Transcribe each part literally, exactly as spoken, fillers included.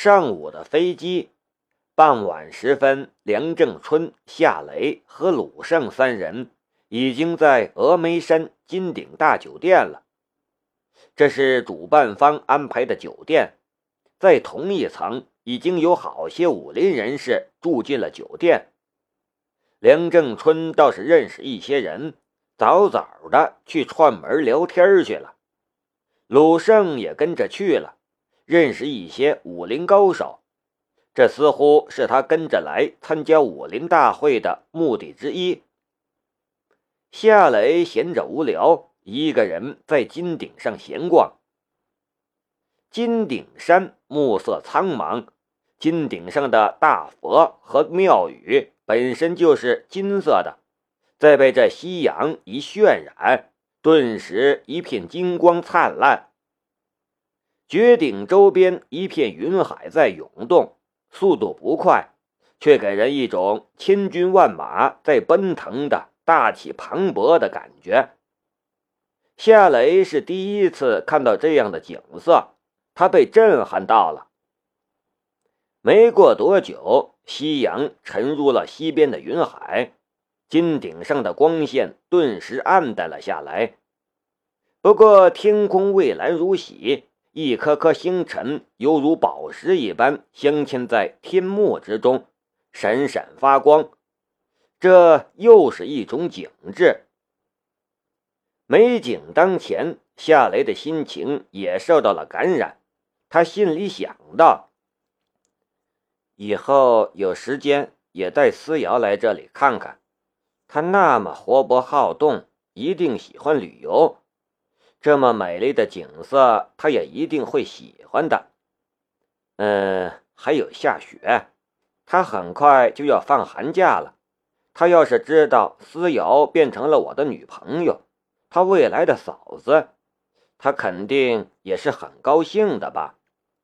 上午的飞机，傍晚时分，梁正春、夏雷和鲁胜三人已经在峨眉山金鼎大酒店了。这是主办方安排的酒店，在同一层已经有好些武林人士住进了酒店。梁正春倒是认识一些人，早早的去串门聊天去了。鲁胜也跟着去了，认识一些武林高手，这似乎是他跟着来参加武林大会的目的之一。夏雷闲着无聊，一个人在金顶上闲逛。金顶山暮色苍茫，金顶上的大佛和庙宇本身就是金色的，再被这夕阳一渲染，顿时一片金光灿烂。绝顶周边一片云海在涌动，速度不快，却给人一种千军万马在奔腾的大气磅礴的感觉。夏雷是第一次看到这样的景色，他被震撼到了。没过多久，夕阳沉入了西边的云海，金顶上的光线顿时暗淡了下来。不过天空蔚蓝如洗，一颗颗星辰犹如宝石一般镶嵌在天幕之中，闪闪发光。这又是一种景致。美景当前，夏雷的心情也受到了感染。他心里想到，以后有时间也带思瑶来这里看看，她那么活泼好动，一定喜欢旅游，这么美丽的景色她也一定会喜欢的。嗯，还有下雪，她很快就要放寒假了，她要是知道思瑶变成了我的女朋友，她未来的嫂子，她肯定也是很高兴的吧。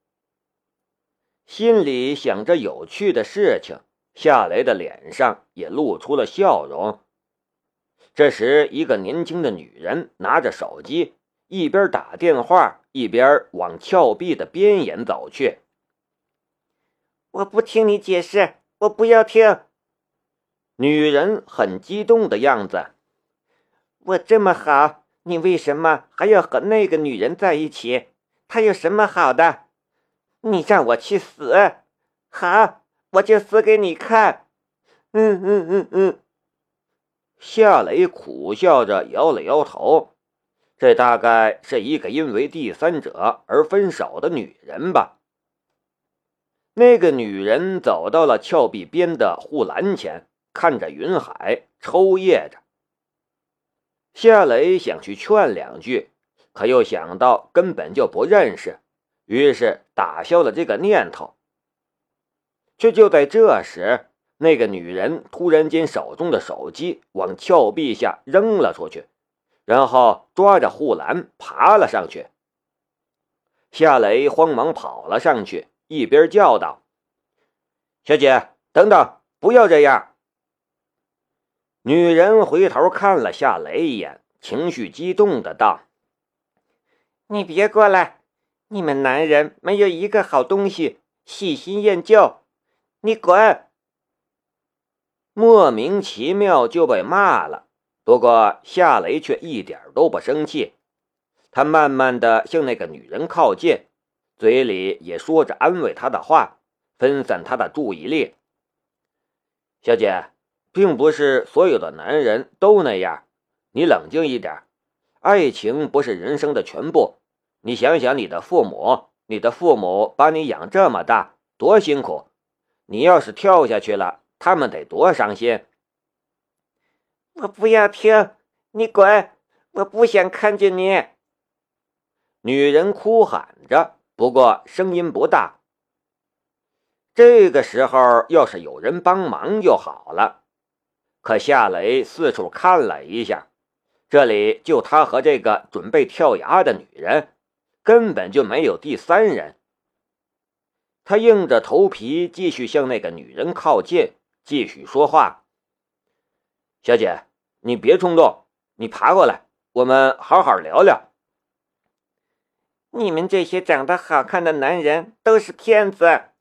心里想着有趣的事情，夏雷的脸上也露出了笑容。这时，一个年轻的女人拿着手机，一边打电话，一边往峭壁的边沿走去。 我不听你解释，我不要听。 女人很激动的样子。 我这么好，你为什么还要和那个女人在一起？她有什么好的？你让我去死，好，我就死给你看。嗯嗯嗯嗯。 夏雷苦笑着摇了摇头，这大概是一个因为第三者而分手的女人吧。那个女人走到了峭壁边的护栏前，看着云海，抽噎着。夏雷想去劝两句，可又想到根本就不认识，于是打消了这个念头。却就在这时，那个女人突然间手中的手机往峭壁下扔了出去，然后抓着护栏爬了上去。夏雷慌忙跑了上去，一边叫道：“小姐，等等，不要这样！”女人回头看了夏雷一眼，情绪激动的道：“ 你别过来，你们男人没有一个好东西，喜新厌旧，你滚！” 莫名其妙就被骂了，不过夏雷却一点都不生气。他慢慢的向那个女人靠近，嘴里也说着安慰她的话，分散她的注意力。小姐，并不是所有的男人都那样，你冷静一点，爱情不是人生的全部。你想想你的父母，你的父母把你养这么大，多辛苦，你要是跳下去了，他们得多伤心。 我不要听，你滚，我不想看见你。 女人哭喊着，不过声音不大。这个时候要是有人帮忙就好了，可夏雷四处看了一下，这里就他和这个准备跳崖的女人，根本就没有第三人。他硬着头皮继续向那个女人靠近，继续说话：“小姐，你别冲动，你爬过来，我们好好聊聊。” 你们这些长得好看的男人都是骗子，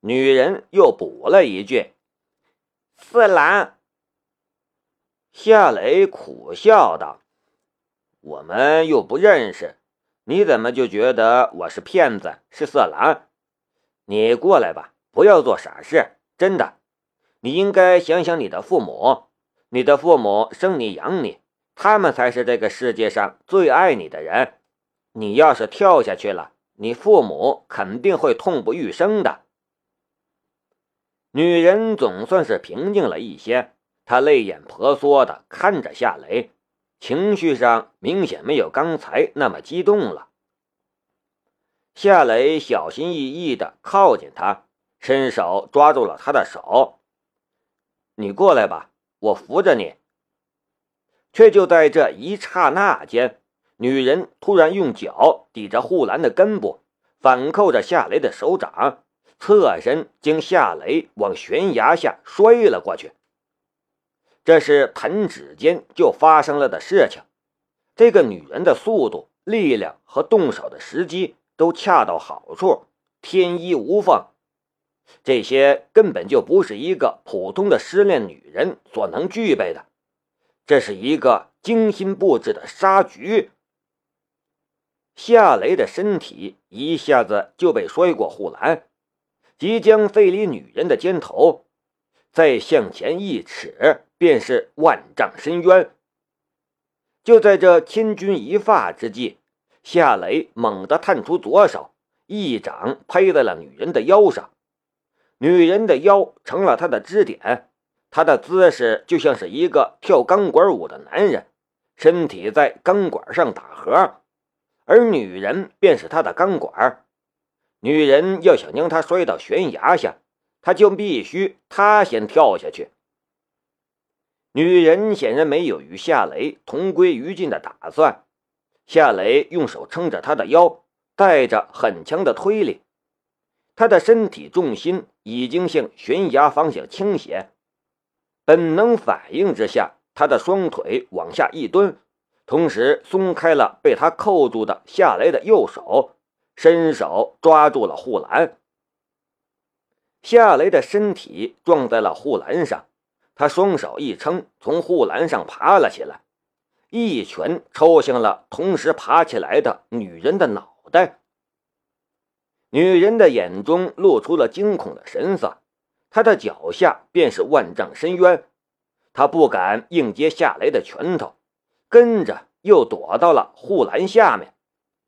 女人又补了一句：“ 色狼。” 夏雷苦笑道：“我们又不认识，你怎么就觉得我是骗子，是色狼？你过来吧，不要做傻事，真的。你应该想想你的父母，你的父母生你养你，他们才是这个世界上最爱你的人。你要是跳下去了，你父母肯定会痛不欲生的。”女人总算是平静了一些，她泪眼婆娑地看着夏雷，情绪上明显没有刚才那么激动了。夏雷小心翼翼地靠近她，伸手抓住了她的手：“你过来吧，我扶着你。”却就在这一刹那间，女人突然用脚抵着护栏的根部，反扣着夏雷的手掌，侧身将夏雷往悬崖下摔了过去。这是弹指间就发生了的事情，这个女人的速度、力量和动手的时机都恰到好处，天衣无缝。这些根本就不是一个普通的失恋女人所能具备的，这是一个精心布置的杀局。夏雷的身体一下子就被摔过护栏，即将飞离女人的肩头，再向前一尺便是万丈深渊。就在这千钧一发之际，夏雷猛地探出左手，一掌拍在了女人的腰上。女人的腰成了他的支点，他的姿势就像是一个跳钢管舞的男人，身体在钢管上打旋，而女人便是他的钢管。女人要想将他摔到悬崖下，他就必须他先跳下去。女人显然没有与夏雷同归于尽的打算，夏雷用手撑着她的腰，带着很强的推力，他的身体重心已经向悬崖方向倾斜。本能反应之下，他的双腿往下一蹲，同时松开了被他扣住的夏雷的右手，伸手抓住了护栏。夏雷的身体撞在了护栏上，他双手一撑，从护栏上爬了起来，一拳抽向了同时爬起来的女人的脑袋。女人的眼中露出了惊恐的神色，她的脚下便是万丈深渊，她不敢硬接夏雷的拳头，跟着又躲到了护栏下面。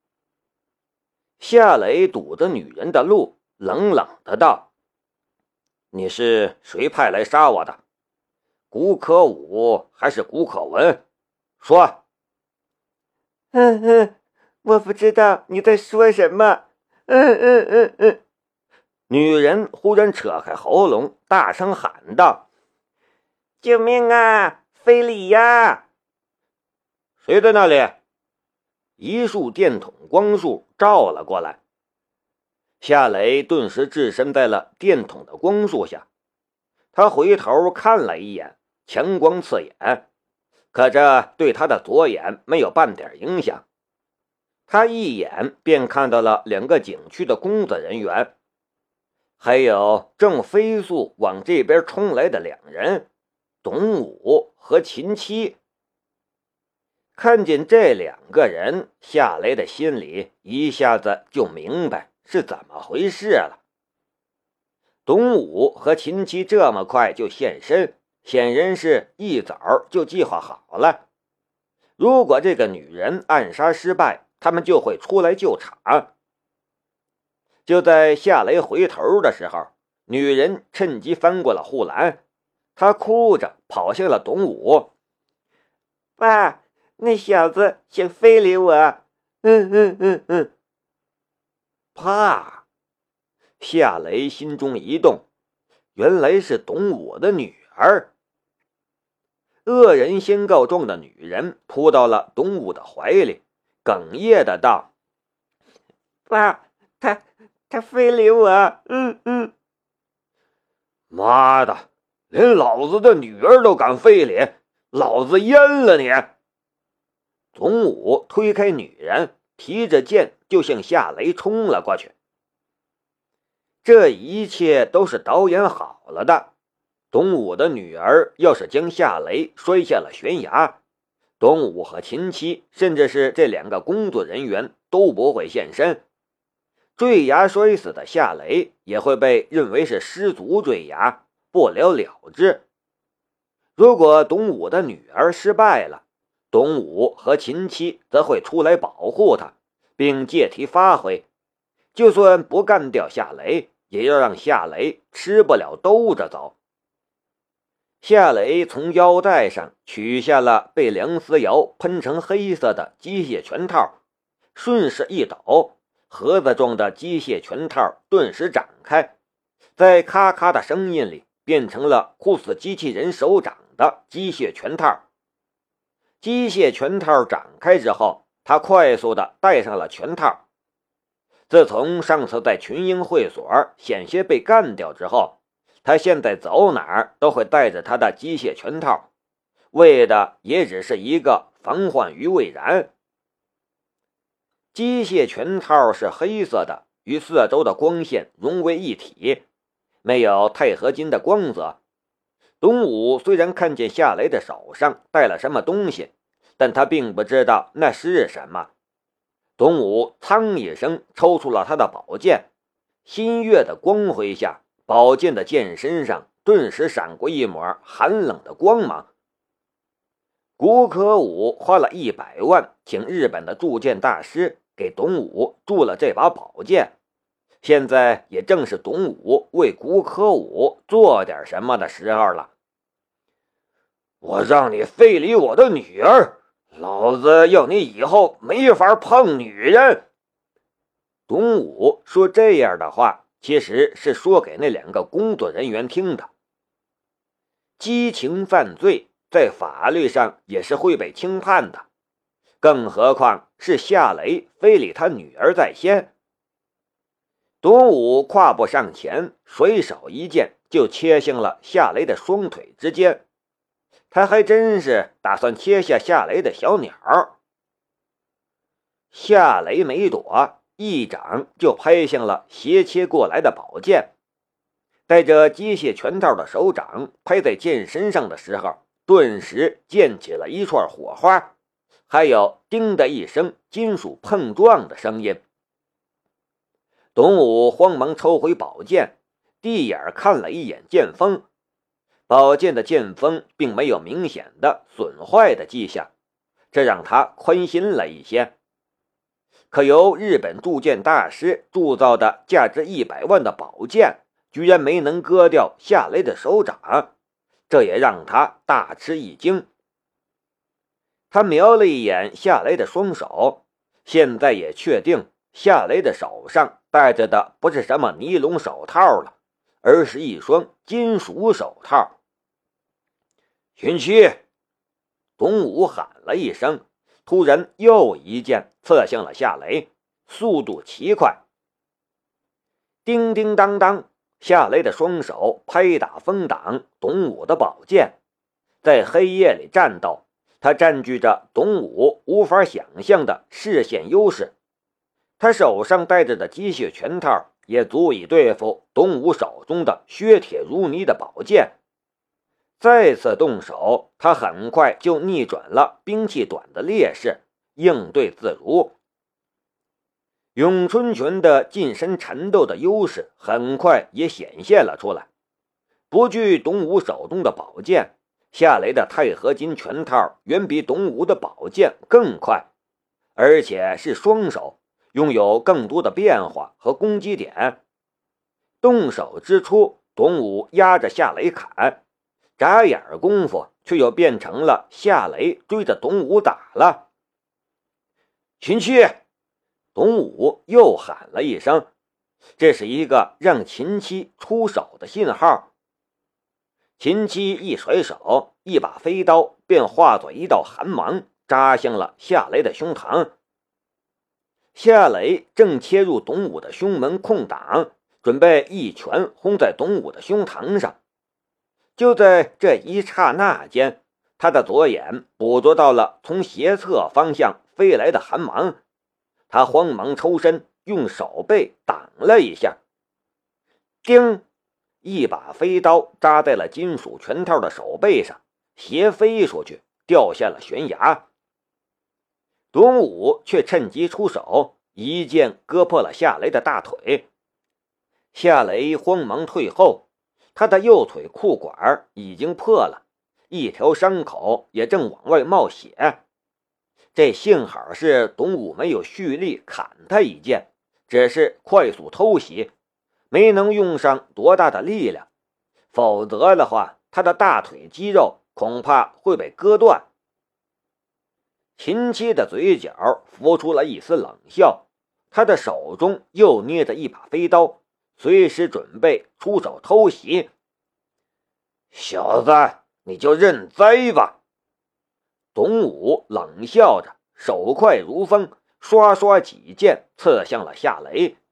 夏雷堵着女人的路，冷冷的道：“你是谁派来杀我的？古可武还是古可文？说。”“ 嗯嗯，我不知道你在说什么。嗯嗯嗯嗯。” 女人忽然扯开喉咙，大声喊道：“ 救命啊！非礼呀！”“ 谁在那里？”一束电筒光束照了过来，夏雷顿时置身在了电筒的光束下。他回头看了一眼，强光刺眼，可这对他的左眼没有半点影响。他一眼便看到了两个景区的工作人员，还有正飞速往这边冲来的两人，董武和秦七。看见这两个人，夏雷的心里一下子就明白是怎么回事了。董武和秦七这么快就现身，显然是一早就计划好了。如果这个女人暗杀失败，他们就会出来救场。就在夏雷回头的时候，女人趁机翻过了护栏，她哭着跑向了董武：“ 爸，那小子想非礼我。嗯嗯嗯嗯。” 啪！夏雷心中一动，原来是董武的女儿。恶人先告状的女人扑到了董武的怀里，哽咽的道：“ 爸，他他非礼我。嗯嗯。”“ 妈的，连老子的女儿都敢非礼，老子阉了你！”董武推开女人，提着剑就向夏雷冲了过去。 这一切都是导演好了的。董武的女儿要是将夏雷摔下了悬崖，董武和秦七，甚至是这两个工作人员都不会现身。坠崖摔死的夏雷也会被认为是失足坠崖，不了了之。如果董武的女儿失败了，董武和秦七则会出来保护他，并借题发挥，就算不干掉夏雷，也要让夏雷吃不了兜着走。夏雷从腰带上取下了被梁思瑶喷成黑色的机械拳套，顺势一抖，盒子状的机械拳套顿时展开，在咔咔的声音里变成了酷似机器人手掌的机械拳套。机械拳套展开之后，他快速的戴上了拳套。自从上次在群英会所险些被干掉之后，他现在走哪儿都会带着他的机械拳套，为的也只是一个防患于未然。机械拳套是黑色的，与四周的光线融为一体，没有钛合金的光泽。董武虽然看见夏雷的手上带了什么东西，但他并不知道那是什么。董武噌一声抽出了他的宝剑，新月的光辉下，宝剑的剑身上顿时闪过一抹寒冷的光芒。古可武花了一百万请日本的铸剑大师给董武铸了这把宝剑，现在也正是董武为古可武做点什么的时候了。我让你非礼我的女儿，老子要你以后没法碰女人。董武说这样的话，其实是说给那两个工作人员听的。激情犯罪在法律上也是会被轻判的，更何况是夏雷非礼他女儿在先。董武跨步上前，随手一剑就切向了夏雷的双腿之间。他还真是打算切下夏雷的小鸟。夏雷没躲，一掌就拍向了斜切过来的宝剑。带着机械拳套的手掌拍在剑身上的时候，顿时溅起了一串火花，还有叮的一声金属碰撞的声音。董武慌忙抽回宝剑，低眼看了一眼剑锋，宝剑的剑锋并没有明显的损坏的迹象，这让他宽心了一些。可由日本铸剑大师铸造的价值一百万的宝剑，居然没能割掉夏雷的手掌，这也让他大吃一惊。他瞄了一眼夏雷的双手，现在也确定夏雷的手上戴着的不是什么尼龙手套了，而是一双金属手套。秦七！董武喊了一声，突然又一剑刺向了夏雷，速度奇快。叮叮当当，夏雷的双手拍打封挡董武的宝剑，在黑夜里战斗，他占据着董武无法想象的视线优势。他手上戴着的机械拳套也足以对付董武手中的削铁如泥的宝剑。再次动手，他很快就逆转了兵器短的劣势，应对自如。咏春拳的近身缠斗的优势很快也显现了出来。不惧董武手中的宝剑，夏雷的钛合金拳套远比董武的宝剑更快，而且是双手，拥有更多的变化和攻击点。动手之初，董武压着夏雷砍，眨眼功夫却又变成了夏雷追着董武打了。秦七！董武又喊了一声，这是一个让秦七出手的信号。秦七一甩手，一把飞刀便化作一道寒芒，扎向了夏雷的胸膛。夏雷正切入董武的胸门空档，准备一拳轰在董武的胸膛上。就在这一刹那间，他的左眼捕捉到了从斜侧方向飞来的寒芒，他慌忙抽身，用手背挡了一下。 叮！ 一把飞刀扎在了金属拳套的手背上，斜飞出去，掉下了悬崖。董武却趁机出手，一剑割破了夏雷的大腿。夏雷慌忙退后，他的右腿裤管已经破了，一条伤口也正往外冒血。这幸好是董武没有蓄力砍他一剑，只是快速偷袭，没能用上多大的力量，否则的话，他的大腿肌肉恐怕会被割断。秦七的嘴角浮出了一丝冷笑，他的手中又捏着一把飞刀，随时准备出手偷袭。 小子，你就认栽吧！ 董武冷笑着，手快如风，刷刷几剑刺向了夏雷。